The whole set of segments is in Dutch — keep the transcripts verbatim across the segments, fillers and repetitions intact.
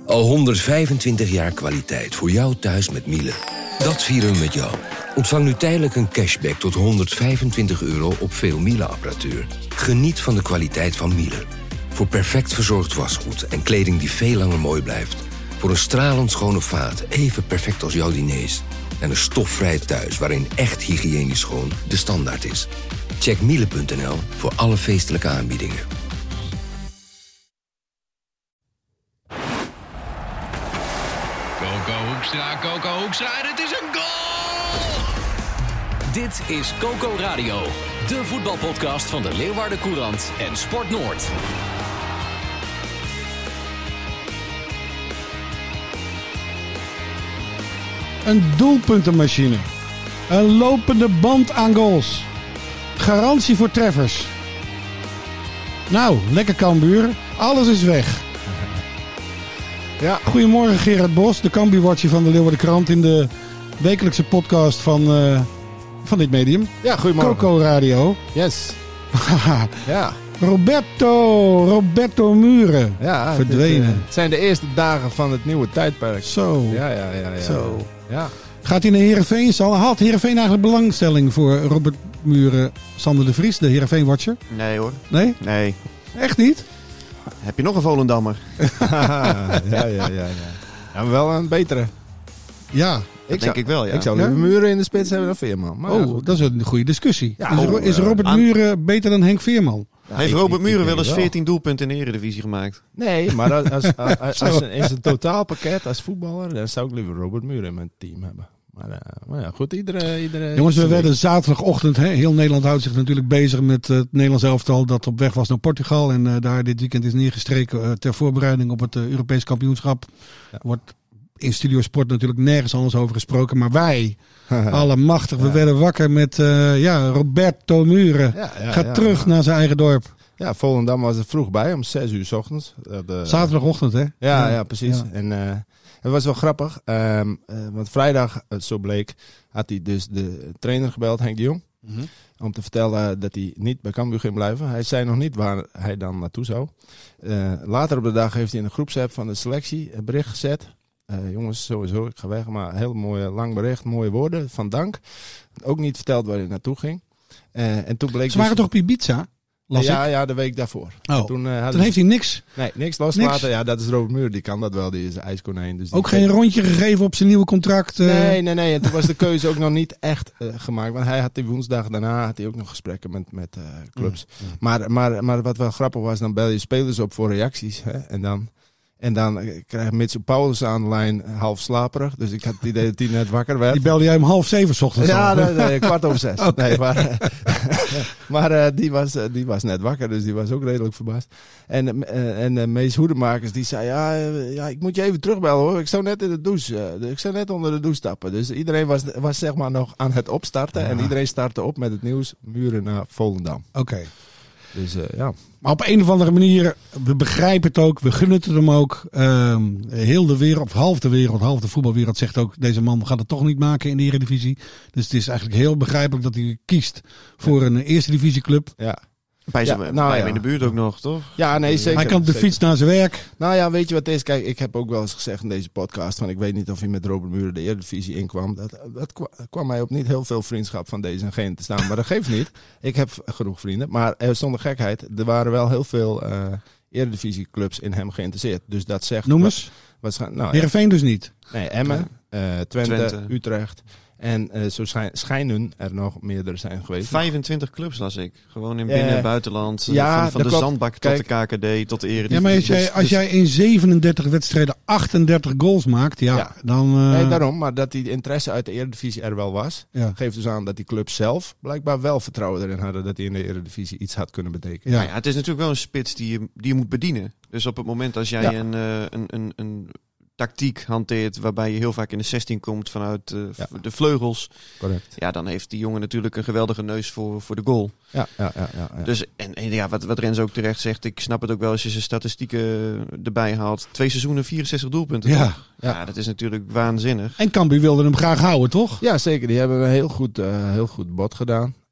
Al honderdvijfentwintig jaar kwaliteit voor jou thuis met Miele. Dat vieren we met jou. Ontvang nu tijdelijk een cashback tot honderdvijfentwintig euro op veel Miele-apparatuur. Geniet van de kwaliteit van Miele. Voor perfect verzorgd wasgoed en kleding die veel langer mooi blijft. Voor een stralend schone vaat, even perfect als jouw diners. En een stofvrij thuis waarin echt hygiënisch schoon de standaard is. Check miele punt n l voor alle feestelijke aanbiedingen. Coco Hoekstra, Coco Hoekstra en het is een goal! Dit is Coco Radio, de voetbalpodcast van de Leeuwarden Courant en Sport Noord. Een doelpuntenmachine. Een lopende band aan goals. Garantie voor treffers. Nou, lekker Cambuur. Alles is weg. Ja, goedemorgen Gerard Bos, de Cambuur-watcher van de Leeuwarden Krant in de wekelijkse podcast van, uh, van dit medium. Ja, goedemorgen. Coco Radio. Yes. Ja. Roberto, Roberto Muren. Ja, verdwenen. Het, uh, het zijn de eerste dagen van het nieuwe tijdperk. Zo. Ja, ja, ja. ja. Zo. Ja. Gaat hij naar Heerenveen? Zal had Heerenveen eigenlijk belangstelling voor Robert Muren, Sander de Vries, de Heerenveen-watcher? Nee hoor. Nee? Nee. Echt niet? Heb je nog een Volendammer? ja, ja, ja, ja. Ja, maar wel een betere. Ja. Dat ik denk zou, ik wel, ja. Ik zou Ja? liever Muren in de spits hebben dan Veerman. Maar oh, ja, dat is een goede discussie. Ja, is, oh, is uh, Robert aan... Muren beter dan Henk Veerman? Ja, Heeft ik- Robert ik- ik Muren denk wel eens het veertien doelpunten in de Eredivisie gemaakt? Nee, maar als, als, als, als, als een, in zijn totaalpakket als voetballer, dan zou ik liever Robert Muren in mijn team hebben. Maar, uh, maar ja, goed, iedere... iedere Jongens, we iedere- werden zaterdagochtend, hè, heel Nederland houdt zich natuurlijk bezig met uh, het Nederlands elftal dat op weg was naar Portugal. En uh, daar dit weekend is neergestreken uh, ter voorbereiding op het uh, Europees kampioenschap. Ja. Wordt in Studio Sport natuurlijk nergens anders over gesproken. Maar wij, allemachtig, we Ja. werden wakker met uh, ja, Roberto Muren. Ja, ja, Gaat ja, terug ja. naar zijn eigen dorp. Ja, Volendam was er vroeg bij, om zes uur 's ochtends. Uh, de, Zaterdagochtend, hè? Ja, ja, precies. Ja. En uh, het was wel grappig, um, uh, want vrijdag, uh, zo bleek, had hij dus de trainer gebeld, Henk de Jong. Mm-hmm. Om te vertellen uh, dat hij niet bij Cambuur ging blijven. Hij zei nog niet waar hij dan naartoe zou. Uh, later op de dag heeft hij in een groepsapp van de selectie een bericht gezet. Uh, jongens, sowieso, ik ga weg, maar een heel mooi lang bericht, mooie woorden van dank. Ook niet verteld waar hij naartoe ging. Uh, en toen bleek Ze waren dus... toch op Ibiza? Las ja, ik. ja, de week daarvoor. Oh, Toen, uh, dan hadden heeft hij niks. Nee, niks losgelaten. Niks? Ja, dat is Robert Muur, die kan dat wel. Die is een ijskonijn. Dus die Ook geen rondje gegeven op zijn nieuwe contract? Uh... Nee, nee, nee. En toen was de keuze ook nog niet echt uh, gemaakt. Want hij had die woensdag daarna had hij ook nog gesprekken met, met uh, clubs. Mm, mm. Maar, maar, maar wat wel grappig was, dan bel je spelers op voor reacties. Hè? En dan... En dan krijg je Mitchell Paulus aan de lijn half slaperig. Dus ik had het idee dat hij net wakker werd. Die belde jij om half zeven 's ochtends Ja, al. nee, nee, kwart over zes. Okay. Nee, maar maar uh, die, was, uh, die was net wakker, dus die was ook redelijk verbaasd. En, uh, en uh, Mees Hoedemakers, die zei, ja, uh, ja, ik moet je even terugbellen hoor. Ik zou net in de douche, uh, ik zou net onder de douche stappen. Dus iedereen was, was zeg maar nog aan het opstarten. Ja. En iedereen startte op met het nieuws, Muren naar Volendam. Oké. Okay. Dus uh, ja. Maar op een of andere manier, we begrijpen het ook, we gunnen het hem ook. Um, heel de wereld, of half de wereld, half de voetbalwereld zegt ook, deze man gaat het toch niet maken in de Eredivisie. Dus het is eigenlijk heel begrijpelijk dat hij kiest voor een Eerste Divisieclub. Ja. Bij, Ja, zijn, nou bij ja. hem in de buurt ook nog, toch? Ja, nee, zeker. Hij kan op de zeker. fiets naar zijn werk. Nou ja, weet je wat het is? Kijk, ik heb ook wel eens gezegd in deze podcast, van ik weet niet of hij met Robert Muren de Eredivisie inkwam. Dat, dat kwa- kwam mij op niet heel veel vriendschap van deze en geen te staan. Maar dat geeft niet. Ik heb genoeg vrienden. Maar er, zonder gekheid, er waren wel heel veel uh, Eredivisieclubs in hem geïnteresseerd. Dus dat zegt... Noem eens. Waarschijnlijk, nou, Heerenveen dus niet. nee, Emmen, uh, Twente, Twente. Utrecht. En uh, zo schijn, schijnen er nog meerdere zijn geweest. vijfentwintig clubs las ik. Gewoon in Ja. binnen- en buitenland. Ja, van van dat de klopt. zandbak Kijk. tot de K K D, tot de Eredivisie. Ja, maar als jij, Dus- als dus- jij in zevenendertig wedstrijden achtendertig goals maakt, ja, Ja. dan... Uh, Nee, daarom. Maar dat die interesse uit de Eredivisie er wel was, Ja. geeft dus aan dat die clubs zelf blijkbaar wel vertrouwen erin hadden dat hij in de Eredivisie iets had kunnen betekenen. Ja. Nou ja, het is natuurlijk wel een spits die je, die je moet bedienen. Dus op het moment als jij Ja. een, uh, een, een, een tactiek hanteert waarbij je heel vaak in de zestien komt vanuit uh, Ja. de vleugels. Correct. Ja, dan heeft die jongen natuurlijk een geweldige neus voor, voor de goal. Ja, ja, ja. ja, ja. Dus, en, en ja, wat, wat Rens ook terecht zegt, ik snap het ook wel als je zijn statistieken erbij haalt. Twee seizoenen, vierenzestig doelpunten. Ja. toch? Ja, dat is natuurlijk waanzinnig. En Cambuur wilde hem graag houden, toch? Ja, zeker. Die hebben een heel goed, uh, heel goed bod gedaan.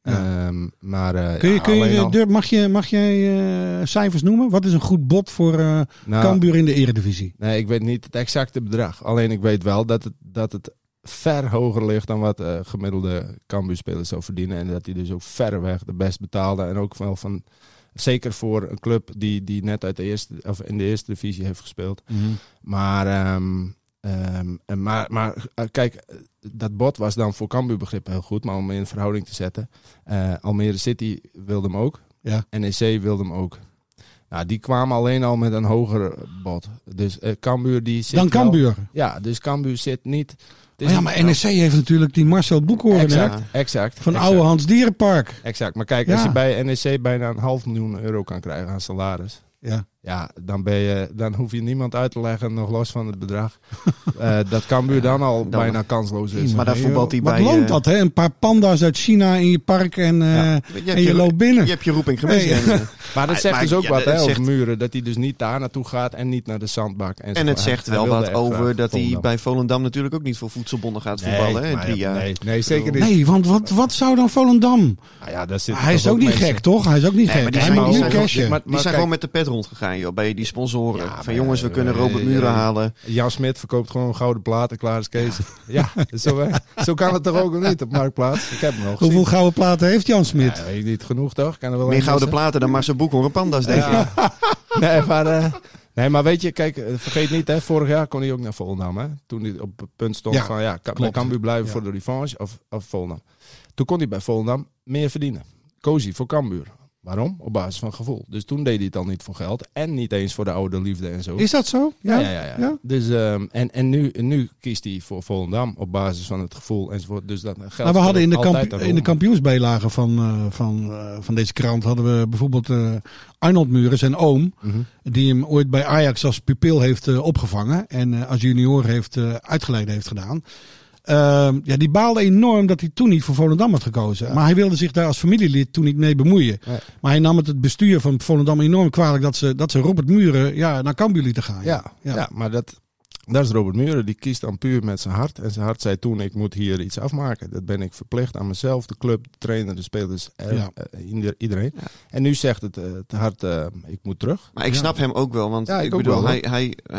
Ja. Um, maar, uh, kun je, ja, kun je, al... de, mag, je, mag jij uh, cijfers noemen? Wat is een goed bod voor uh, nou, Cambuur in de Eredivisie? Nee, ik weet niet het exacte bedrag. Alleen ik weet wel dat het, dat het ver hoger ligt dan wat uh, gemiddelde Cambuurspelers zou verdienen. En dat hij dus ook verreweg de best betaalde. En ook wel van, zeker voor een club die, die net uit de eerste, of in de eerste divisie heeft gespeeld. Mm-hmm. Maar, um, um, maar, maar uh, kijk, dat bod was dan voor Cambuur begrip heel goed. Maar om in verhouding te zetten. Uh, Almere City wilde hem ook. Ja. N E C wilde hem ook. Nou, die kwamen alleen al met een hoger bod. Dus uh, Cambuur die zit dan Cambuur? Wel, ja, dus Cambuur zit niet... Oh ja, maar N E C heeft natuurlijk die Marcel Boekhoorn. Exact, exact. Van exact. Oude Hans Dierenpark. Exact, maar kijk, ja. als je bij N E C bijna een half miljoen euro kan krijgen aan salaris... Ja. Ja, dan, ben je, dan hoef je niemand uit te leggen, nog los van het bedrag. uh, dat Cambuur dan al dan bijna kansloos is. Maar daar voetbalt hij bij... Wat loont dat, hè? Een paar panda's uit China in je park en, uh, ja. je, en je, je loopt binnen. Je hebt je roeping gemist. Hey. En, uh, maar dat zegt maar, dus ook ja, wat, hè, zegt... over Muren. Dat hij dus niet daar naartoe gaat en niet naar de zandbak. En, en het zegt hij, wel hij wat over dat hij bij Volendam natuurlijk ook niet voor voedselbonnen gaat voetballen. Nee, hè, drie jaar. Nee, nee, zeker niet. Nee, want wat, wat zou dan Volendam? Nou ja, dat zit hij is ook niet mensen. gek, toch? Hij is ook niet nee, gek. Die hij zijn, moet die nu zijn, cashen. Die, maar, die zijn kijk, gewoon met de pet rondgegaan, joh, bij die sponsoren. Ja, van jongens, we kunnen Robert Muren halen. Jan Smit verkoopt gewoon gouden platen, klaar is Kees. Ja, ja zo, zo kan het toch ook niet op Marktplaats? Ik heb hem nog Hoeveel gouden platen heeft Jan Smit? Ja, weet je niet genoeg, toch? Kan er wel meer gouden platen dan Marcel Boekhoorn panda's, denk ja. ik. nee, maar, uh, nee, maar weet je, kijk, vergeet niet, hè, vorig jaar kon hij ook naar Volendam. Hè, toen hij op het punt stond ja, van, ja, kan Cambuur blijven ja. voor de revanche of, of Volendam. Toen kon hij bij Volendam meer verdienen. Koos hij voor Cambuur. Waarom? Op basis van gevoel. Dus toen deed hij het al niet voor geld. En niet eens voor de oude liefde en zo. Is dat zo? Ja, ja, ja. ja. ja. Dus, um, en en nu, nu kiest hij voor Volendam op basis van het gevoel enzovoort. Dus dat geld. Nou, we hadden in de, kamp- in de kampioensbijlagen van, uh, van, uh, van deze krant hadden we bijvoorbeeld uh, Arnold Muren, zijn oom. Mm-hmm. Die hem ooit bij Ajax als pupil heeft uh, opgevangen. En uh, als junior heeft uh, uitgeleid heeft gedaan. Uh, ja, die baalde enorm dat hij toen niet voor Volendam had gekozen. Ja. Maar hij wilde zich daar als familielid toen niet mee bemoeien. Ja. Maar hij nam het het bestuur van Volendam enorm kwalijk dat ze, dat ze Robert Muren ja, naar Cambuur lieten gaan. Ja, ja. ja maar dat, dat is Robert Muren. Die kiest dan puur met zijn hart. En zijn hart zei toen, ik moet hier iets afmaken. Dat ben ik verplicht aan mezelf, de club, de trainer, de spelers, ja. uh, iedereen. Ja. En nu zegt het, uh, het hart, uh, ik moet terug. Maar ik ja. snap hem ook wel. Want ja, ik, ik bedoel, wel, hij... hij uh,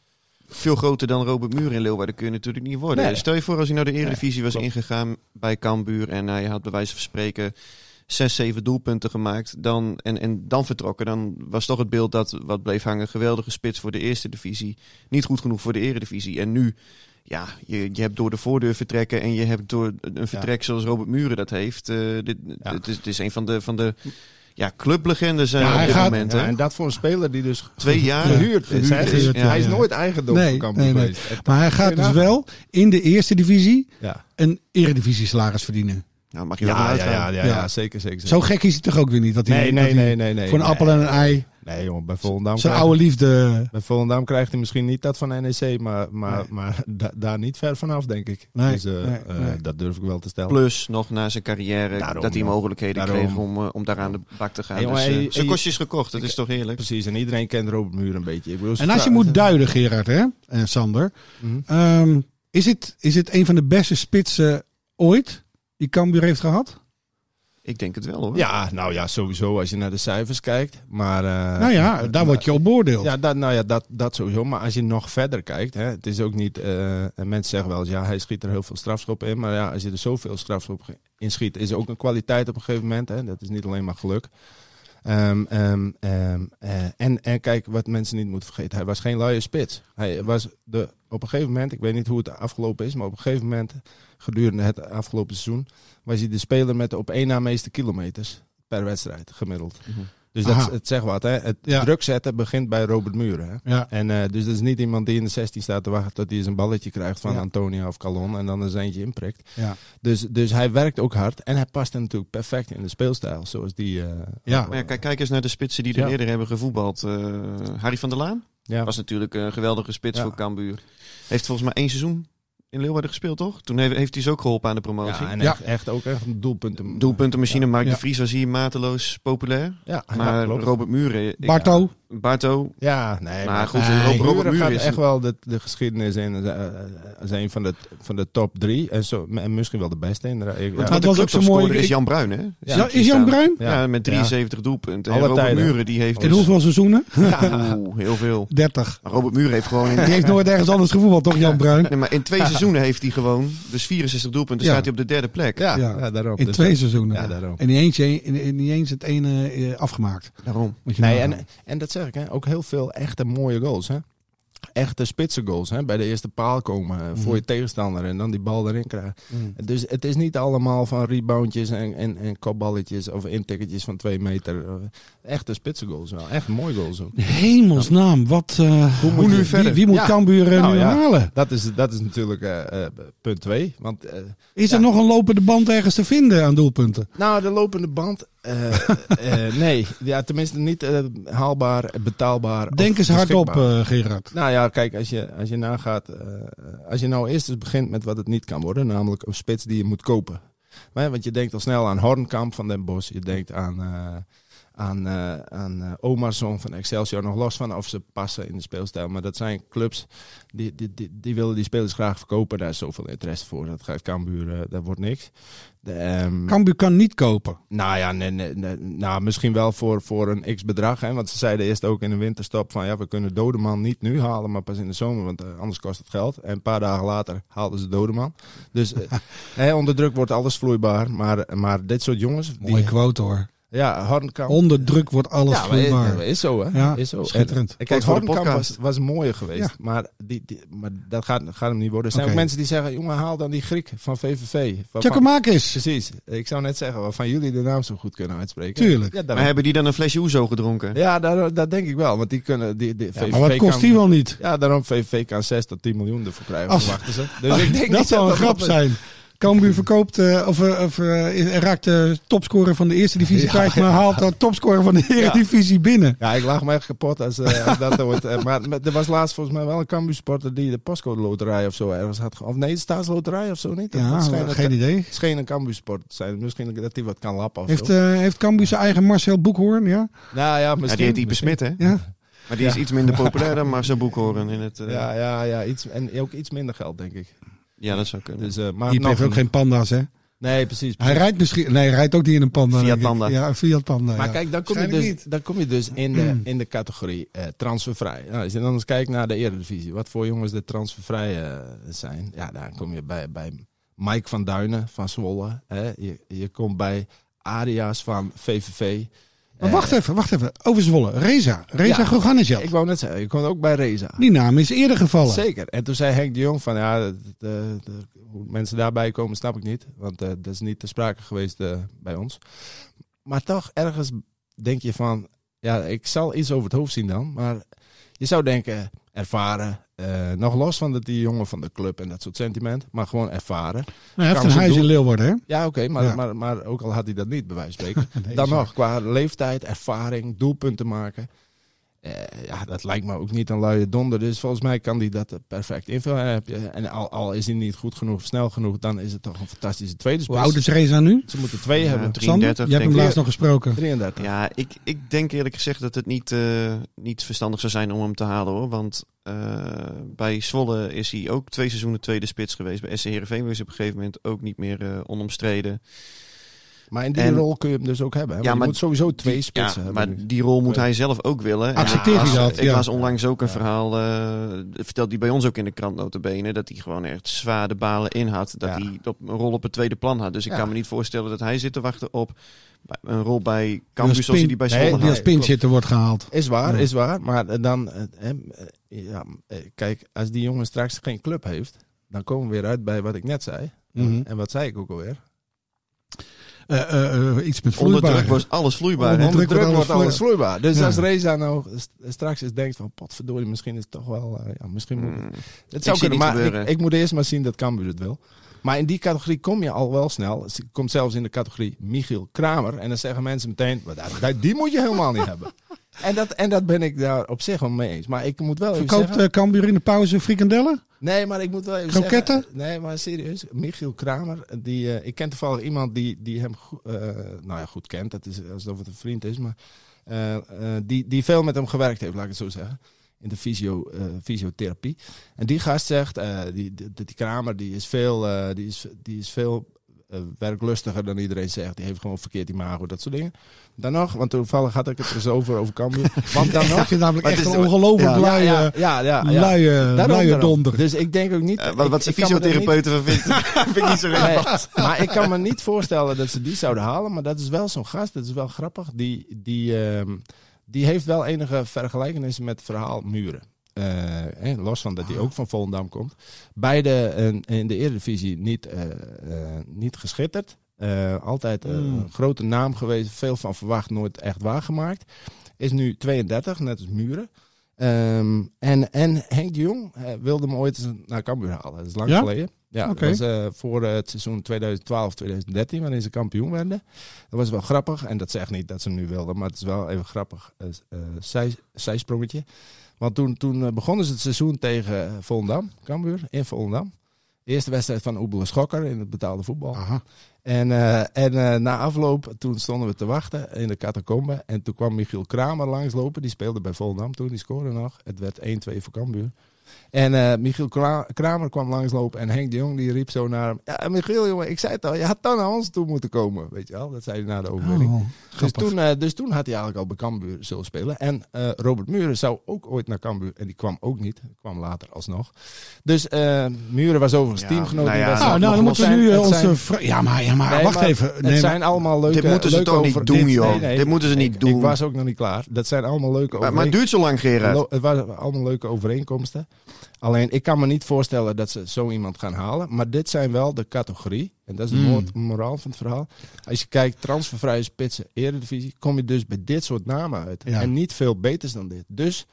veel groter dan Robert Muren in Leeuwarden kun je natuurlijk niet worden. Nee. Stel je voor als hij naar de Eredivisie was nee, ingegaan bij Cambuur en hij had bij wijze van spreken zes, zeven doelpunten gemaakt dan, en, en dan vertrokken. Dan was toch het beeld dat wat bleef hangen, geweldige spits voor de eerste divisie. Niet goed genoeg voor de Eredivisie. En nu, ja, je, je hebt door de voordeur vertrekken en je hebt door een vertrek ja. zoals Robert Muren dat heeft. Uh, dit, ja. dit, is, dit is een van de... Van de Ja, clublegendes zijn ja, op dit gaat, moment. Ja, en dat voor een speler die dus twee jaar gehuurd is. Hij is, ja, hij is nooit eigendom nee, van Cambuur nee, nee. geweest. Maar hij gaat dus wel in de eerste divisie ja. een eredivisie salaris verdienen. Nou, mag je ja, wel ja, ja, ja, ja, zeker, zeker, zeker. Zo gek is hij toch ook weer niet? Dat hij, nee, nee, dat nee, nee, nee. Voor een nee, appel en een ei. Nee, jongen, bij Volendam. Zijn oude liefde. Bij Volendam krijgt hij misschien niet dat van N E C, maar, maar, nee. maar da, daar niet ver vanaf, denk ik. Nee, dus uh, nee, uh, nee. dat durf ik wel te stellen. Plus nog na zijn carrière daarom, dat hij mogelijkheden daarom. kreeg om, uh, om daar aan de bak te gaan. Hey, dus, uh, uh, zijn kostjes gekocht, dat ik, is toch heerlijk? Precies, en iedereen kent Robert Muren een beetje. Ik bedoel, en als je moet duiden, Gerard hè, en Sander, mm-hmm. um, is, het, is het een van de beste spitsen ooit die Cambuur heeft gehad? Ik denk het wel hoor. Ja, nou ja, sowieso als je naar de cijfers kijkt. Maar, uh, nou ja, daar maar, word je op beoordeeld. Ja, dat, nou ja, dat, dat sowieso. Maar als je nog verder kijkt, hè, het is ook niet... Uh, mensen zeggen wel eens, ja, hij schiet er heel veel strafschoppen in. Maar ja, als je er zoveel strafschoppen in schiet, is er ook een kwaliteit op een gegeven moment. Hè. Dat is niet alleen maar geluk. Um, um, um, uh, en, en kijk, wat mensen niet moeten vergeten. Hij was geen luie spits. Hij was de, op een gegeven moment, ik weet niet hoe het afgelopen is, maar op een gegeven moment, gedurende het afgelopen seizoen, was hij de speler met de op één na meeste kilometers per wedstrijd gemiddeld. Mm-hmm. Dus dat, het zegt wat, hè. Het ja. druk zetten begint bij Robert Muren. Hè. Ja. En uh, dus dat is niet iemand die in de zestien staat te wachten tot hij eens een balletje krijgt van ja. Antonia of Calon en dan eens eentje inprikt. Ja. Dus, dus hij werkt ook hard en hij past er natuurlijk perfect in de speelstijl zoals die... Uh, ja. Maar ja, kijk, kijk eens naar de spitsen die er ja. eerder hebben gevoetbald. Uh, Harry van der Laan ja. was natuurlijk een geweldige spits ja. voor Cambuur. Heeft volgens mij één seizoen in Leeuwarden gespeeld, toch? Toen heeft, heeft hij ze ook geholpen aan de promotie. Ja, en ja. Echt, echt ook echt een doelpunten... Doelpuntenmachine. Ja. Mark ja. de Vries was hier mateloos populair. Ja, maar ja, Robert Muren... Barto. Barto. Ja, nee. Maar Maar goed, nee, Robert Robert Muren gaat is- echt wel de, de geschiedenis in uh, als een van de, van de top drie. En, zo, en misschien wel de beste. inderdaad. Ik- Want ja. wat de was ook zo clubtopscorer mooi. is Ik- Jan Bruin, hè? Ja, Ja, is Jan Bruin? Ja, Ja. met drieënzeventig doelpunten. En Alle Robert tijden. Muren, die heeft In dus... hoeveel seizoenen? Oeh, heel veel. dertig. Maar Robert Muren heeft gewoon... In, Die heeft nooit ergens anders gevoetbald, toch Jan Bruin? nee, maar in twee seizoenen heeft hij gewoon... Dus vierenzestig doelpunten, Ja. staat hij op de derde plek. Ja, Ja. ja, daarom. In Dus- twee seizoenen. Ja, daarom. En niet eens, in- niet eens het ene eh, afgemaakt. Daarom. Moet je Nee, nagaan. en, en dat zeg ik, hè, ook heel veel echte mooie goals. Hè? Echte spitse goals. Hè? Bij de eerste paal komen uh, voor je tegenstander en dan die bal erin krijgen. Mm. Dus het is niet allemaal van reboundjes en, en, en kopballetjes of intikkertjes van twee meter. Uh, echte spitse goals wel. Echt mooie goals ook. Hemelsnaam, wat, uh, hoe, moet je wie, verder? wie moet Ja. Cambuur uh, Nou, nu ja. halen? Dat is, dat is natuurlijk uh, uh, punt twee. Want, uh, Is ja. er nog een lopende band ergens te vinden aan doelpunten? Nou, de lopende band. Uh, uh, nee, ja, tenminste niet uh, haalbaar, betaalbaar. Denk of eens hardop, beschikbaar. uh, Gerard. Nou ja, kijk, als je, als je nagaat, uh, als je nou eerst eens begint met wat het niet kan worden, namelijk een spits die je moet kopen. Maar, want je denkt al snel aan Hornkamp van Den Bosch, je denkt aan, uh, aan, uh, aan uh, Omarsson van Excelsior, nog los van of ze passen in de speelstijl. Maar dat zijn clubs, die, die, die, die willen die spelers graag verkopen, daar is zoveel interesse voor. Dat gaat Cambuur, uh, dat wordt niks. De, um, Cambuur kan niet kopen. nou ja, nee, nee, nee, nou, misschien wel voor, voor een x-bedrag. Hè? Want ze zeiden eerst ook in de winterstop van... ja, we kunnen Dodeman niet nu halen, maar pas in de zomer. Want uh, anders kost het geld. En een paar dagen later haalden ze Dodeman. Dus uh, hè, onder druk wordt alles vloeibaar. Maar, maar dit soort jongens... Mooie quote hoor. Ja, Hornkamp... Onder druk wordt alles ja, maar vloeibaar. is, is zo, hè? Ja, is zo. schitterend. En, kijk, Kijk, voor de Hornkamp was, podcast. was mooier geweest. Ja. Maar, die, die, maar dat gaat, gaat hem niet worden. Er zijn Oké. ook mensen die zeggen... jongen, haal dan die Griek van V V V. Van- Tjakomakis. Precies. Ik zou net zeggen waarvan jullie de naam zo goed kunnen uitspreken. Tuurlijk. Ja, daarom. Maar hebben die dan een flesje Oezo gedronken? Ja, dat, dat denk ik wel. Want die kunnen... Die, die, Ja, V V V maar wat kost kan, die wel niet? Ja, daarom V V V kan zes tot tien miljoen ervoor krijgen, Als- verwachten ze. Dus ik denk dat niet zou een grap dat- zijn. Cambuur verkoopt, uh, of, uh, of uh, raakt de topscorer van de eerste divisie Ja, kwijt, maar ja. haalt de topscorer van de eredivisie binnen. Ja, ik lag me echt kapot als, uh, als dat ooit... Uh, maar maar er was laatst volgens mij wel een Cambuur supporter die de postcode loterij of zo ergens had... ge- Of nee, de staatsloterij of zo niet? Dat- Ja, dat schijnt geen een- idee. scheen een Cambuur supporter te zijn. Misschien dat hij wat kan lappen of Heeft, zo. uh, heeft Cambuur zijn eigen Marcel Boekhoorn, ja? Nou ja, misschien... Ja, die heet die misschien. besmet, hè? Ja. Maar die is iets minder populair dan Marcel Boekhoorn in het... uh, Ja, ja, ja. Iets, en ook iets minder geld, denk ik. ja, dat zou kunnen. Dus, uh, maar Die nog heeft ook een- geen panda's, hè? Nee, precies. Hij rijdt misschien... Nee, hij rijdt ook niet in een panda. Fiat denk ik. Panda. Ja, een Fiat Panda, Maar ja. kijk, dan kom, je Waarschijnlijk dus, dan kom je dus in de, in de categorie uh, transfervrij. Nou, als je dan eens kijkt naar de Eredivisie, wat voor jongens de transfervrij uh, zijn. Ja, daar kom je bij, bij Mike van Duinen van Zwolle. Hè. Je, je komt bij Arias van V V V. Maar Uh, wacht even, wacht even. Over Zwolle. Reza. Reza Ja, Goganejad. Ik wou net zeggen, je komt ook bij Reza. Die naam is eerder gevallen. Zeker. En toen zei Henk de Jong van ja, de, de, de, hoe mensen daarbij komen snap ik niet. Want uh, dat is niet te sprake geweest uh, bij ons. Maar toch ergens denk je van, ja, ik zal iets over het hoofd zien dan. Maar je zou denken, ervaren. Uh, nog los van dat die jongen van de club en dat soort sentiment. Maar gewoon ervaren. Nou, hij heeft Kan een ze huis in doen. Leeuwarden, hè? Ja, oké. maar, Ja. Maar, maar ook al had hij dat niet, bij wijze van spreken. Nee, Dan is waar. nog, qua leeftijd, ervaring, doelpunten maken. Uh, ja, dat lijkt me ook niet een luie donder. Dus volgens mij kan hij dat perfect invullen. En, heb je, en al, al is hij niet goed genoeg, snel genoeg, dan is het toch een fantastische tweede Hoe spits. oud is Reza nu? Ze moeten twee Ja, hebben. drie- Sander, drieëndertig, jij hebt hem denk ik. laatst nog gesproken. drieëndertig. Ja, ik, ik denk eerlijk gezegd dat het niet, uh, niet verstandig zou zijn om hem te halen, hoor. Want uh, bij Zwolle is hij ook twee seizoenen tweede spits geweest. Bij S C Heerenveen was hij op een gegeven moment ook niet meer uh, onomstreden. Maar in die En- rol kun je hem dus ook hebben. Hè? Ja, Want je maar moet sowieso twee Ja, spitsen hebben. maar nu. die rol moet hij zelf ook willen. En Accepteert ik las- hij dat? Ik Ja. las onlangs ook een Ja. verhaal, uh, vertelt hij bij ons ook in de krant notabene, dat hij gewoon echt zwaar de balen in had. Dat Ja. hij op een rol op het tweede plan had. Dus ik Ja. kan me niet voorstellen dat hij zit te wachten op een rol bij Cambuur als zoals hij pin- die bij Nee, Zwolle Die had. als pinchitter wordt gehaald. Is waar, Ja. is waar. Maar uh, dan, uh, uh, uh, ja, uh, kijk, als die jongen straks geen club heeft, dan komen we weer uit bij wat ik net zei. Mhm. En wat zei ik ook alweer? Uh, uh, uh, iets met Onder vloeibaar. druk was alles vloeibaar. Onder hè? druk Onder druk wordt wordt alles alles vloeibaar. Dus Ja. als Reza nou st- straks eens denkt van, potverdorie, misschien is het toch wel, uh, ja, misschien moet Hmm. het zou zie kunnen, het niet maar ik, gebeuren. ik moet eerst maar zien dat Cambuur het wil. Maar in die categorie kom je al wel snel. Het komt zelfs in de categorie Michiel Kramer. En dan zeggen mensen meteen, "Maar dat- dat- die moet je helemaal niet hebben. En dat, en dat ben ik daar op zich wel mee eens. Maar ik moet wel even Verkoopt zeggen... uh, Cambuur in de pauze frikandellen? Nee, maar ik moet wel even Kroketten? zeggen... Nee, maar serieus. Michiel Kramer, die, uh, ik ken toevallig iemand die, die hem go- uh, nou ja, goed kent. Dat is alsof het een vriend is. Maar Uh, uh, die, die veel met hem gewerkt heeft, laat ik het zo zeggen. In de fysio, uh, fysiotherapie. En die gast zegt, uh, die, die, die Kramer, die is veel, uh, die is, die is veel uh, werklustiger dan iedereen zegt. Die heeft gewoon verkeerd imago, dat soort dingen. Dan nog, want toevallig had ik het er eens over, over Cambuur. Want dan nog, ik vind namelijk echt is, een ongelooflijk ja, luie, ja, ja, ja, ja. luie, Daarom, luie daarom. donder. Dus ik denk ook niet... Uh, wat ik, wat zijn ik fysiotherapeuten van vindt, vind ik niet zo relevant. Nee, maar ik kan me niet voorstellen dat ze die zouden halen. Maar dat is wel zo'n gast, dat is wel grappig. Die, die, uh, die heeft wel enige vergelijkenissen met het verhaal Muren. Uh, eh, los van dat hij ook van Volendam komt. Beide uh, in de Eredivisie niet, uh, uh, niet geschitterd. Uh, altijd uh, mm. een grote naam geweest. Veel van verwacht, nooit echt waargemaakt. Is nu tweeëndertig, net als Muren. Um, en, en Henk de Jong uh, wilde hem ooit eens naar Cambuur halen. Dat is lang ja? geleden. Ja, okay. Dat was uh, voor uh, het seizoen tweeduizend twaalf tweeduizend dertien, waarin ze kampioen werden. Dat was wel grappig. En dat zegt niet dat ze hem nu wilden, maar het is wel even grappig. Uh, uh, zij, zijsprongetje. Want toen, toen begonnen ze het seizoen tegen Volendam, Cambuur, in Volendam. De eerste wedstrijd van Oebele Schokker in het betaalde voetbal. Aha. En, uh, en uh, na afloop, toen stonden we te wachten in de catacombe. En toen kwam Michiel Kramer langslopen. Die speelde bij Volendam toen, die scoorde nog. Het werd één twee voor Cambuur. En uh, Michiel Kramer kwam langslopen en Henk de Jong die riep zo naar hem. Ja, Michiel, jongen, ik zei het al, je had dan naar ons toe moeten komen. Weet je wel, dat zei hij na de overwinning. Oh, dus, toen, uh, dus toen had hij eigenlijk al bij Cambuur zullen spelen. En uh, Robert Muren zou ook ooit naar Cambuur. En die kwam ook niet, kwam later alsnog. Dus uh, Muren was overigens ja, teamgenoot. Nou, ja, nou, nou, nou dan moeten we nu uh, onze... zijn... Vra- ja, maar, ja, maar nee, wacht maar even. Het nee, zijn maar... allemaal leuke... Dit moeten ze leuke toch over... niet doen, dit, joh. nee, nee, Dit moeten ze niet ik, doen. Ik was ook nog niet klaar. Dat zijn allemaal leuke maar, maar het duurt zo lang, Gerard. Het waren allemaal leuke overeenkomsten. Alleen, ik kan me niet voorstellen dat ze zo iemand gaan halen. Maar dit zijn wel de categorie. En dat is de mm. moraal van het verhaal. Als je kijkt, transfervrije spitsen, Eredivisie, kom je dus bij dit soort namen uit. Ja. En niet veel beters dan dit. Dus,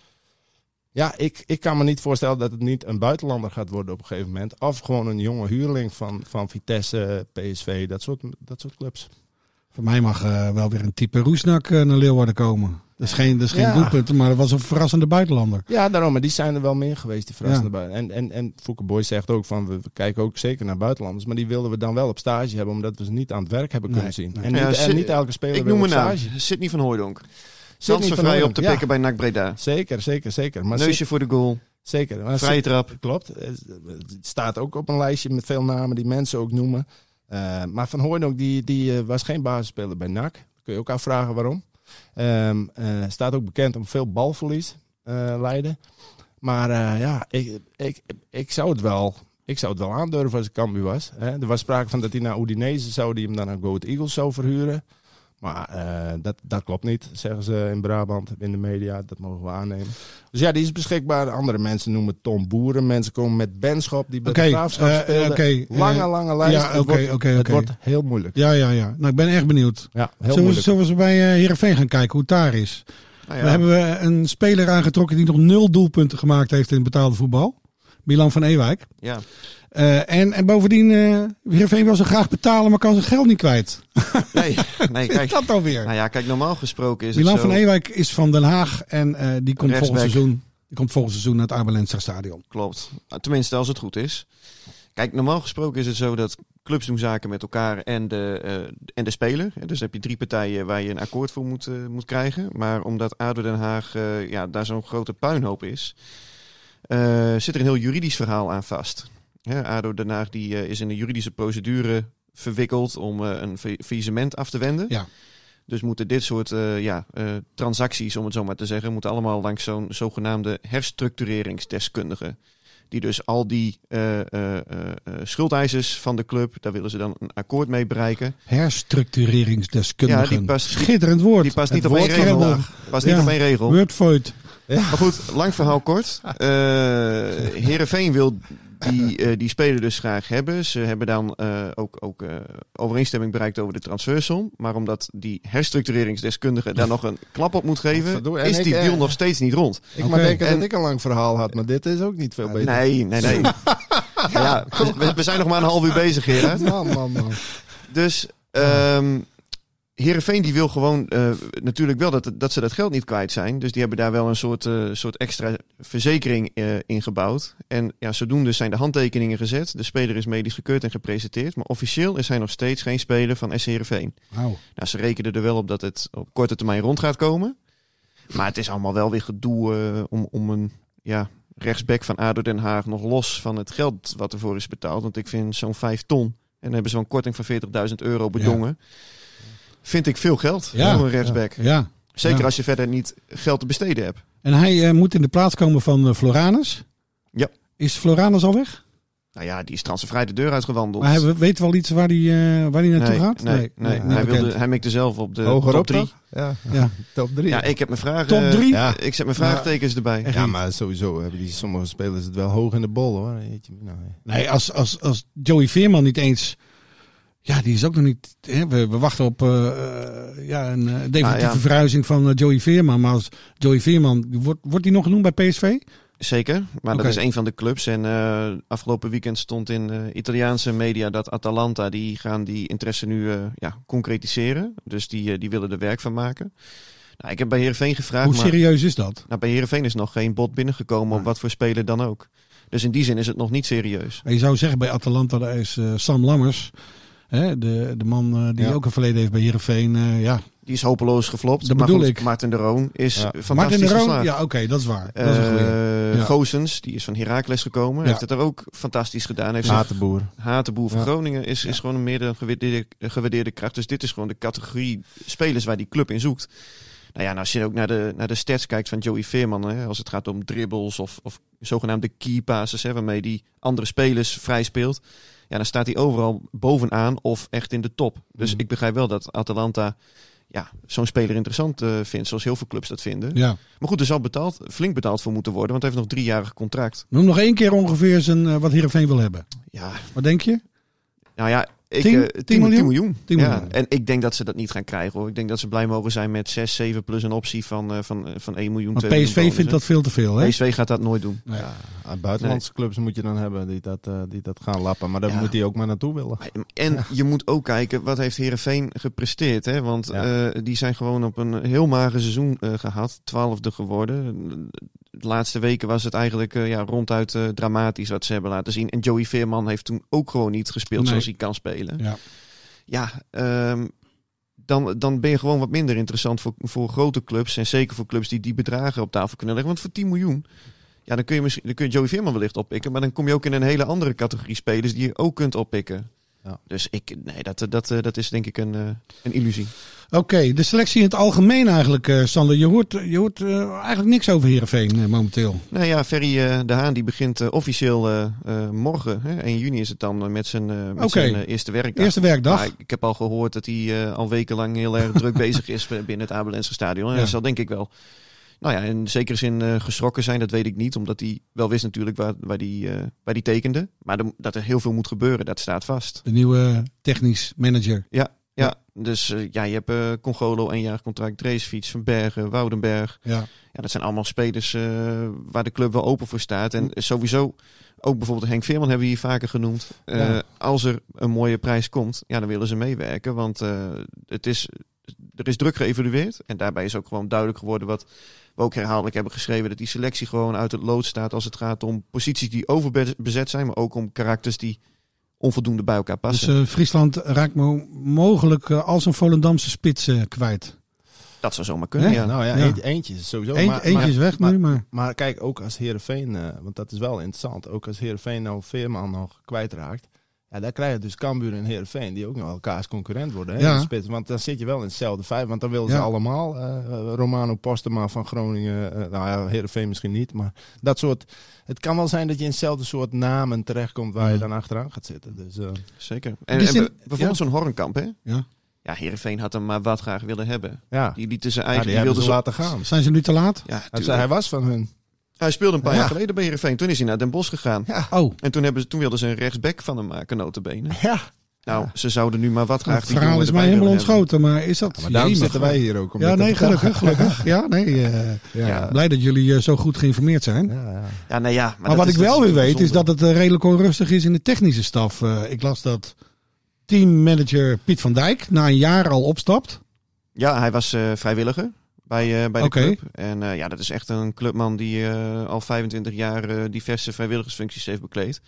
ja, ik, ik kan me niet voorstellen dat het niet een buitenlander gaat worden op een gegeven moment. Of gewoon een jonge huurling van, van Vitesse, P S V, dat soort, dat soort clubs. Voor mij mag uh, wel weer een type Roesnak uh, naar Leeuwarden komen. Dat is geen, dat is geen ja. doelpunt, maar dat was een verrassende buitenlander. Ja, daarom. Maar die zijn er wel meer geweest, die verrassende ja. buitenlanders. En, en, en Fouke Boy zegt ook van, we, we kijken ook zeker naar buitenlanders. Maar die wilden we dan wel op stage hebben, omdat we ze niet aan het werk hebben kunnen nee, zien. Nee. En, ja, niet, Sid- en niet elke speler ik wil noem op een naam. stage. Sidney van Hooijdonk. Transfervrij op te pikken ja. bij N A C Breda. Zeker, zeker, zeker. Maar Neusje zit, voor de goal. Zeker. Maar vrije zit, trap. Klopt. Het staat ook op een lijstje met veel namen die mensen ook noemen. Uh, maar Van Hooijdonk die, die uh, was geen basisspeler bij N A C. Kun je ook afvragen waarom. Um, uh, staat ook bekend om veel balverlies uh, leiden. Maar uh, ja, ik, ik, ik, zou het wel, ik zou het wel aandurven als ik Cambuur was. Hè. Er was sprake van dat hij naar Udinese zou, die hem dan naar Go Ahead Eagles zou verhuren. Maar uh, dat, dat klopt niet, zeggen ze in Brabant, in de media. Dat mogen we aannemen. Dus ja, die is beschikbaar. Andere mensen noemen Tom Boeren. Mensen komen met Benschop, die bij okay, de Graafschap uh, speelde. Okay, lange, uh, lange lijst. Ja, het, okay, wordt, okay, het okay. wordt heel moeilijk. Ja, ja, ja. Nou, ik ben echt benieuwd. Ja, heel zullen, moeilijk. We, zullen we eens bij uh, Heerenveen gaan kijken hoe het daar is? Nou ja. We hebben we een speler aangetrokken die nog nul doelpunten gemaakt heeft in betaalde voetbal. Milan van Ewijk. Ja. Uh, en, en bovendien, uh, Heerenveen wil ze graag betalen, maar kan zijn geld niet kwijt. Nee, nee kijk. dat dan weer? Nou ja, kijk, normaal gesproken is Milan het zo... van Ewijk is van Den Haag en uh, die komt volgend seizoen, die komt volgend seizoen naar het Arbelenstra Stadion. Klopt. Tenminste, als het goed is. Kijk, normaal gesproken is het zo dat clubs doen zaken met elkaar en de, uh, en de speler. Dus dan heb je drie partijen waar je een akkoord voor moet, uh, moet krijgen. Maar omdat A D O Den Haag uh, ja, daar zo'n grote puinhoop is, uh, zit er een heel juridisch verhaal aan vast. Ja, A D O Den Haag die, uh, is in een juridische procedure verwikkeld om uh, een faillissement af te wenden. Ja. Dus moeten dit soort uh, ja, uh, transacties, om het zo maar te zeggen, moeten allemaal langs zo'n zogenaamde herstructureringsdeskundige. Die dus al die uh, uh, uh, schuldeisers van de club, daar willen ze dan een akkoord mee bereiken. Herstructureringsdeskundigen. Ja, die past, schitterend woord. Die past niet op één regel. Past niet ja. op één regel. Wordvoid. Ja. Maar goed, lang verhaal kort. Uh, Heerenveen wil die, uh, die speler dus graag hebben. Ze hebben dan uh, ook, ook uh, overeenstemming bereikt over de transfersom. Maar omdat die herstructureringsdeskundige daar nog een klap op moet geven, is die deal uh, nog steeds niet rond. Ik okay. maar denken en, dat ik een lang verhaal had, maar dit is ook niet veel beter. Nee, nee, nee. ja, we, we zijn nog maar een half uur bezig, Gerard. Man, man, man. Dus... Um, Heerenveen die wil gewoon uh, natuurlijk wel dat, dat ze dat geld niet kwijt zijn. Dus die hebben daar wel een soort, uh, soort extra verzekering uh, ingebouwd. En ja, zodoende zijn de handtekeningen gezet. De speler is medisch gekeurd en gepresenteerd. Maar officieel is hij nog steeds geen speler van S C Heerenveen. Wow. Nou, ze rekenen er wel op dat het op korte termijn rond gaat komen. Maar het is allemaal wel weer gedoe uh, om, om een ja, rechtsback van A D O Den Haag nog los van het geld wat ervoor is betaald. Want ik vind zo'n vijf ton. En dan hebben ze een korting van veertigduizend euro bedongen. Ja. Vind ik veel geld ja, voor een rechtsback. Ja, ja, Zeker ja. als je verder niet geld te besteden hebt. En hij uh, moet in de plaats komen van uh, Floranus. Ja. Is Floranus al weg? Nou ja, die is transfervrij de deur uitgewandeld. Maar hij weet wel iets waar hij uh, waar hij naartoe nee, gaat? Nee, nee, nee, nee hij, wilde, hij mikte zelf op de Hoger top drie. Ja. Ja. top drie. Ja, ik heb mijn vragen. Top drie? Ja. Ik zet mijn vraagtekens ja. erbij. Ja, maar sowieso hebben die sommige spelers het wel hoog in de bol, hoor. Nou, nee, als, als, als Joey Veerman niet eens... Ja, die is ook nog niet... Hè, we, we wachten op uh, uh, ja, een uh, definitieve ah, ja. verhuizing van uh, Joey Veerman. Maar als Joey Veerman... Wordt, wordt die nog genoemd bij P S V? Zeker, maar okay. dat is een van de clubs. En uh, afgelopen weekend stond in uh, Italiaanse media dat Atalanta... die gaan die interesse nu uh, ja, concretiseren. Dus die, uh, die willen er werk van maken. Nou, ik heb bij Heerenveen gevraagd... Hoe serieus maar, is dat? Nou, bij Heerenveen is nog geen bod binnengekomen... Ah. op wat voor speler dan ook. Dus in die zin is het nog niet serieus. Je zou zeggen bij Atalanta, daar is uh, Sam Lammers... Hè, de, de man uh, die ja. ook een verleden heeft bij Heerenveen, uh, ja. Die is hopeloos geflopt. Dat maar bedoel goed, ik. Maarten de Roon is ja. fantastisch Maarten de Roon, geslaagd. ja, oké, okay, dat is waar. Dat is uh, een ja. Goossens, die is van Heracles gekomen. Ja. Heeft het er ook fantastisch gedaan. Heeft Hatenboer. Hatenboer van ja. Groningen is, ja. is gewoon een meer dan gewaardeerde, gewaardeerde kracht. Dus dit is gewoon de categorie spelers waar die club in zoekt. Nou ja, nou als je ook naar de, naar de stats kijkt van Joey Veerman, hè, als het gaat om dribbles of, of zogenaamde key passes, hè, waarmee die andere spelers vrij speelt. Ja, dan staat hij overal bovenaan of echt in de top. Dus mm. ik begrijp wel dat Atalanta ja, zo'n speler interessant uh, vindt, zoals heel veel clubs dat vinden. Ja. Maar goed, er zal betaald, flink betaald voor moeten worden, want hij heeft nog driejarig contract. Noem nog één keer ongeveer zijn, uh, wat Heerenveen wil hebben. Ja. Wat denk je? Nou ja, ik, tien, uh, tien, tien miljoen. miljoen. tien ja. miljoen. En ik denk dat ze dat niet gaan krijgen, hoor. Ik denk dat ze blij mogen zijn met zes, zeven plus een optie van, uh, van, uh, van één miljoen. Maar P S V bonus, vindt dat veel te veel, hè? P S V gaat dat nooit doen. Ja, ja, buitenlandse nee. clubs moet je dan hebben die dat, uh, die dat gaan lappen. Maar daar ja. moet hij ook maar naartoe willen. En ja. je moet ook kijken, wat heeft Heerenveen gepresteerd, hè? Want ja. uh, die zijn gewoon op een heel mager seizoen uh, gehad. Twaalfde geworden. De laatste weken was het eigenlijk uh, ja, ronduit uh, dramatisch wat ze hebben laten zien. En Joey Veerman heeft toen ook gewoon niet gespeeld nee. zoals hij kan spelen. Ja. Ja, um, dan, dan ben je gewoon wat minder interessant voor, voor grote clubs. En zeker voor clubs die die bedragen op tafel kunnen leggen. Want voor tien miljoen, ja, dan kun je, misschien, dan kun je Joey Veerman wellicht oppikken. Maar dan kom je ook in een hele andere categorie spelers die je ook kunt oppikken. Ja. Dus ik, nee, dat, dat, dat is denk ik een, een illusie. Oké, okay, de selectie in het algemeen eigenlijk, uh, Sander. Je hoort, je hoort uh, eigenlijk niks over Heerenveen uh, momenteel. Nou ja, Ferry uh, de Haan die begint uh, officieel uh, uh, morgen. Hè? één juni is het dan uh, met zijn, uh, met okay. zijn uh, eerste werkdag. Eerste werkdag. Maar ik heb al gehoord dat hij uh, al wekenlang heel erg druk bezig is binnen het Abelense stadion. En ja. dat zal denk ik wel... Nou ja, in zekere zin uh, geschrokken zijn, dat weet ik niet. Omdat hij wel wist natuurlijk waar, waar die, uh, waar die tekende. Maar de, dat er heel veel moet gebeuren, dat staat vast. De nieuwe technisch manager. Ja, ja. ja. Dus uh, ja, je hebt uh, Congolo, een jaar contract, Dreesfiets, Van Bergen, Woudenberg. Ja. Ja, dat zijn allemaal spelers uh, waar de club wel open voor staat. En sowieso, ook bijvoorbeeld Henk Veerman hebben we hier vaker genoemd. Uh, ja. Als er een mooie prijs komt, ja, dan willen ze meewerken. Want uh, het is, er is druk geëvalueerd. En daarbij is ook gewoon duidelijk geworden wat... we ook herhaaldelijk hebben geschreven, dat die selectie gewoon uit het lood staat als het gaat om posities die overbezet zijn, maar ook om karakters die onvoldoende bij elkaar passen. Dus uh, Friesland raakt mo- mogelijk uh, als een Volendamse spits uh, kwijt. Dat zou zomaar kunnen, ja. Nou ja, ja. Eentje, eentje is sowieso. Eentje, maar, eentje maar, is weg maar, nu, maar... Maar kijk, ook als Heerenveen, uh, want dat is wel interessant, ook als Heerenveen nou Veerman nog kwijtraakt, ja, daar krijg je dus Cambuur en Heerenveen, die ook nog elkaars concurrent worden. Hè, ja. de spits, want dan zit je wel in hetzelfde vijf, want dan willen ze ja. allemaal. Uh, Romano Postema van Groningen, uh, nou ja, Heerenveen misschien niet, maar dat soort... Het kan wel zijn dat je in hetzelfde soort namen terechtkomt waar je dan achteraan gaat zitten. Dus, uh... Zeker. En, en in, bijvoorbeeld ja. zo'n Hornkamp, hè? Ja. Ja, Heerenveen had hem maar wat graag willen hebben. Ja. Die lieten ze eigenlijk... Ja, die, die wilden ze laten gaan. Zijn ze nu te laat? Ja, hij, hij was van hun. Hij speelde een paar ja. jaar geleden bij Heerenveen. Toen is hij naar Den Bosch gegaan. Ja. Oh. En toen, hebben ze, toen wilden ze een rechtsback van hem maken, nota bene. Ja. Nou, ze zouden nu maar wat graag... Het verhaal is mij helemaal ontschoten, maar is dat... Ja, maar daarom zitten wij hier ook. Om ja, nee, gelukkig, gelukkig. Ja, nee, uh, ja. Ja. Blij dat jullie uh, zo goed geïnformeerd zijn. Ja, ja. Ja, nee, ja, maar maar wat ik wel weer weet, is dat het uh, redelijk onrustig is in de technische staf. Uh, ik las dat teammanager Piet van Dijk na een jaar al opstapt. Ja, hij was uh, vrijwilliger bij, uh, bij de okay. club. En uh, ja, dat is echt een clubman die uh, al vijfentwintig jaar uh, diverse vrijwilligersfuncties heeft bekleed.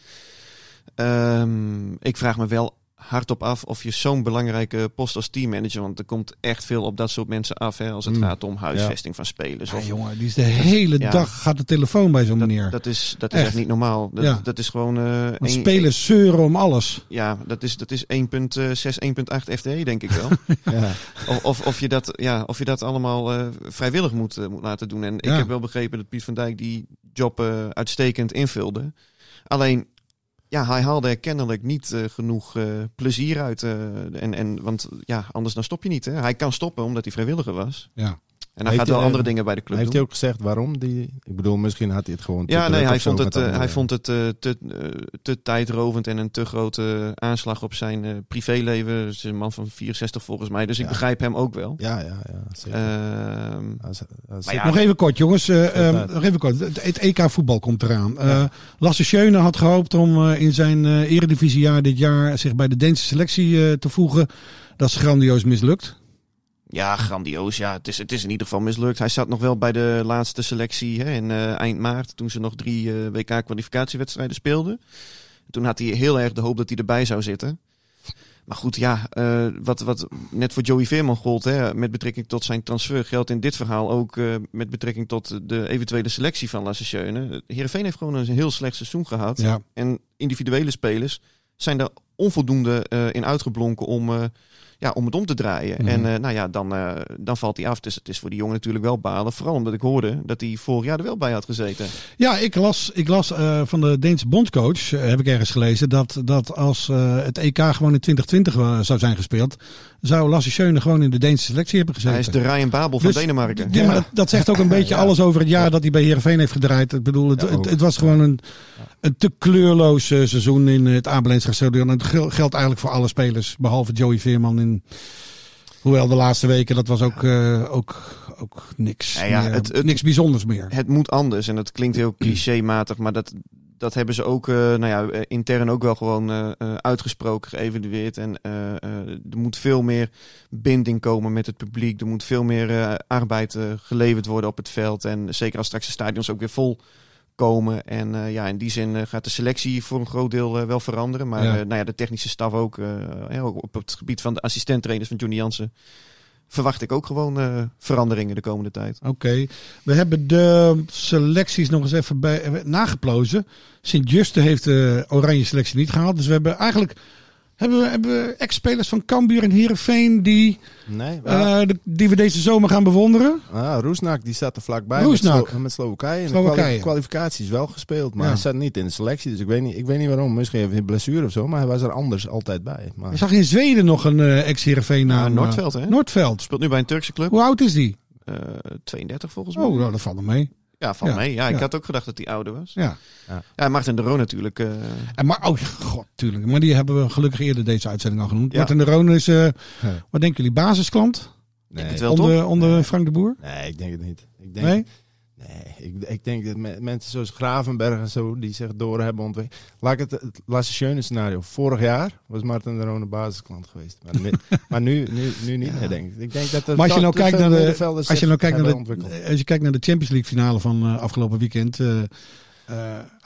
Um, ik vraag me wel hardop af of je zo'n belangrijke post als teammanager, want er komt echt veel op dat soort mensen af, hè, als het mm. gaat om huisvesting ja. van spelers. Ja, of, jongen, die is de hele ja. dag gaat de telefoon bij zo'n dat, meneer. Dat is, dat is echt. echt niet normaal. Dat, ja. dat is gewoon... Uh, een, spelers zeuren om alles. Ja, dat is, dat is één punt zes, één punt acht F T E, denk ik wel. ja. of, of, of, je dat, ja, of je dat allemaal uh, vrijwillig moet, uh, moet laten doen. En ja. ik heb wel begrepen dat Piet van Dijk die job uh, uitstekend invulde. Alleen... Ja, hij haalde er kennelijk niet uh, genoeg uh, plezier uit. Uh, en, en, want ja, anders dan stop je niet. Hè? Hij kan stoppen omdat hij vrijwilliger was. Ja. En hij gaat wel uh, andere dingen bij de club heeft doen. Heeft hij ook gezegd waarom? Die, ik bedoel, misschien had hij het gewoon te Ja, nee, hij vond het, uh, andere... hij vond het uh, te, uh, te tijdrovend en een te grote aanslag op zijn uh, privéleven. Het is een man van vierenzestig volgens mij, dus ja. ik begrijp hem ook wel. Ja, ja, ja. Zeker. Uh, als, als ja, nog even kort, jongens. Uh, um, nog even kort. Het, het E K voetbal komt eraan. Uh, ja. Lasse Schöne had gehoopt om uh, in zijn uh, eredivisiejaar dit jaar zich bij de Deense selectie uh, te voegen. Dat is grandioos mislukt. Ja, grandioos. Ja, het is, het is in ieder geval mislukt. Hij zat nog wel bij de laatste selectie hè, in uh, eind maart, toen ze nog drie uh, W K-kwalificatiewedstrijden speelden. Toen had hij heel erg de hoop dat hij erbij zou zitten. Maar goed, ja, uh, wat, wat net voor Joey Veerman gold, hè, met betrekking tot zijn transfer, geldt in dit verhaal ook uh, met betrekking tot de eventuele selectie van Lasse Schöne. Heerenveen heeft gewoon een heel slecht seizoen gehad. Ja. En individuele spelers zijn er onvoldoende uh, in uitgeblonken om... Uh, Ja, om het om te draaien. Mm. En uh, nou ja, dan, uh, dan valt hij af. Dus het is voor die jongen natuurlijk wel balen. Vooral omdat ik hoorde dat hij vorig jaar er wel bij had gezeten. Ja, ik las, ik las uh, van de Deense bondscoach, uh, heb ik ergens gelezen, dat, dat als uh, het E K gewoon in twintig twintig uh, zou zijn gespeeld, zou Lasse Schöne gewoon in de Deense selectie hebben gezeten. Hij is de Ryan Babel van dus, Denemarken. Ja, maar dat, dat zegt ook een beetje ja. alles over het jaar dat hij bij Heerenveen heeft gedraaid. Ik bedoel, het, ja, het, het was gewoon een, een te kleurloos uh, seizoen in het Abelensra Stadion. En het geldt eigenlijk voor alle spelers, behalve Joey Veerman in... Hoewel de laatste weken, dat was ook, uh, ook, ook niks, ja, ja, meer, het, het, niks bijzonders meer. Het moet anders en dat klinkt heel clichématig, maar dat, dat hebben ze ook uh, nou ja, intern ook wel gewoon uh, uitgesproken, geëvalueerd. En uh, uh, er moet veel meer binding komen met het publiek. Er moet veel meer uh, arbeid uh, geleverd worden op het veld. En zeker als straks de stadions ook weer vol komen. En uh, ja, in die zin uh, gaat de selectie voor een groot deel uh, wel veranderen. Maar ja. Uh, nou ja, de technische staf ook. Uh, ja, ook op het gebied van de assistenttrainers van Johnny Jansen verwacht ik ook gewoon uh, veranderingen de komende tijd. Oké. Okay. We hebben de selecties nog eens even bij, nageplozen. Sint-Juste heeft de oranje selectie niet gehaald. Dus we hebben eigenlijk... Hebben we, hebben we ex-spelers van Cambuur en Heerenveen die, nee, uh, de, die we deze zomer gaan bewonderen? Ah, Roesnak die staat er vlakbij Roesnak. met, Slo- met Slowakije. En Slowakije. de kwalificatie is wel gespeeld, maar ja. hij zat niet in de selectie. Dus ik weet niet, ik weet niet waarom. Misschien heeft hij een blessure of zo, maar hij was er anders altijd bij. Maar... Ik zag in Zweden nog een uh, ex-Heerenveen naam. Uh, Noordveld, hè? Noordveld. Speelt nu bij een Turkse club. Hoe oud is die? Uh, tweeëndertig volgens mij. Oh, nou, dat valt er mee. Ja, valt ja, mee. Ja, ik ja. had ook gedacht dat hij ouder was. Ja, ja. ja Martin de Roo natuurlijk. Uh... En maar, oh, god, tuurlijk. Maar die hebben we gelukkig eerder deze uitzending al genoemd. Ja. Martin de Roo is, uh, ja. wat denken jullie, basisklant? Nee. Het wel onder toch? onder nee. Frank de Boer? Nee, ik denk het niet. Ik denk, nee? Nee, ik, ik denk dat me, mensen zoals Gravenberg en zo, die zich door hebben ontwikkeld. Laat ik het, het Lasse Schöne scenario. Vorig jaar was Martin de Roo een basisklant geweest. Maar, maar nu, nu, nu niet meer, denk ik. Ik denk dat er maar als je nou kijkt naar de, als je nou kijkt naar de, als je kijkt naar de Champions League finale van uh, afgelopen weekend. Uh, uh,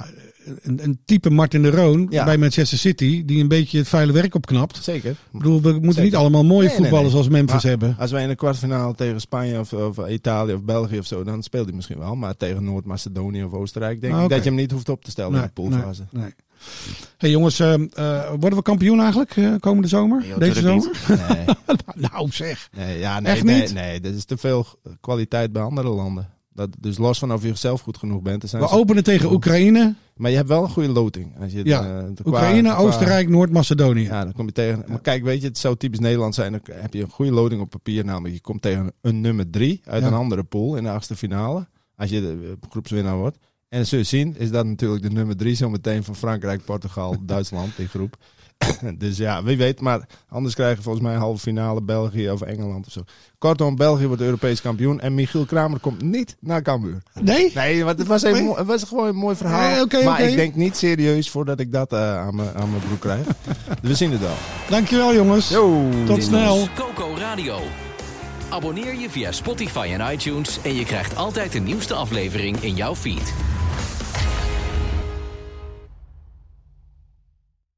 een, een type Martin de Roon ja. bij Manchester City die een beetje het vuile werk opknapt. Zeker. Ik bedoel, we moeten Zeker. niet allemaal mooie nee, voetballers nee, nee. als Memphis maar hebben. Als wij in de kwartfinale tegen Spanje of, of Italië of België of zo, dan speelt hij misschien wel. Maar tegen Noord-Macedonië of Oostenrijk denk ah, ik okay. dat je hem niet hoeft op te stellen nee, in de poolfase. Nee, nee. Hey jongens, uh, uh, worden we kampioen eigenlijk uh, komende zomer? Nee, joh, Deze zomer? Nee. nou zeg. Nee, ja, nee, Echt nee, niet? Nee, dat is te veel kwaliteit bij andere landen. Dat, dus los van of je zelf goed genoeg bent. Er zijn we openen tegen Oekraïne. Maar je hebt wel een goede loting. Als je ja, de, de Oekraïne, qua, Oostenrijk, Noord-Macedonië. Ja, dan kom je tegen. Maar kijk, weet je, het zou typisch Nederland zijn. Dan heb je een goede loting op papier. Namelijk, je komt tegen een nummer drie uit ja. een andere pool in de achtste finale. Als je de groepswinnaar wordt. En zul je zien, is dat natuurlijk de nummer drie zometeen van Frankrijk, Portugal, Duitsland, die groep. Dus ja, wie weet. Maar anders krijgen we volgens mij halve finale België of Engeland of zo. Kortom, België wordt Europees kampioen. En Michiel Kramer komt niet naar Cambuur. Nee? Nee, want het was, even, nee? het was gewoon een mooi verhaal. Nee, okay, maar okay. ik denk niet serieus voordat ik dat uh, aan mijn aan mijn broek krijg. We zien het wel. Dankjewel jongens. Yo. Tot snel. Coco Radio. Abonneer je via Spotify en iTunes en je krijgt altijd de nieuwste aflevering in jouw feed.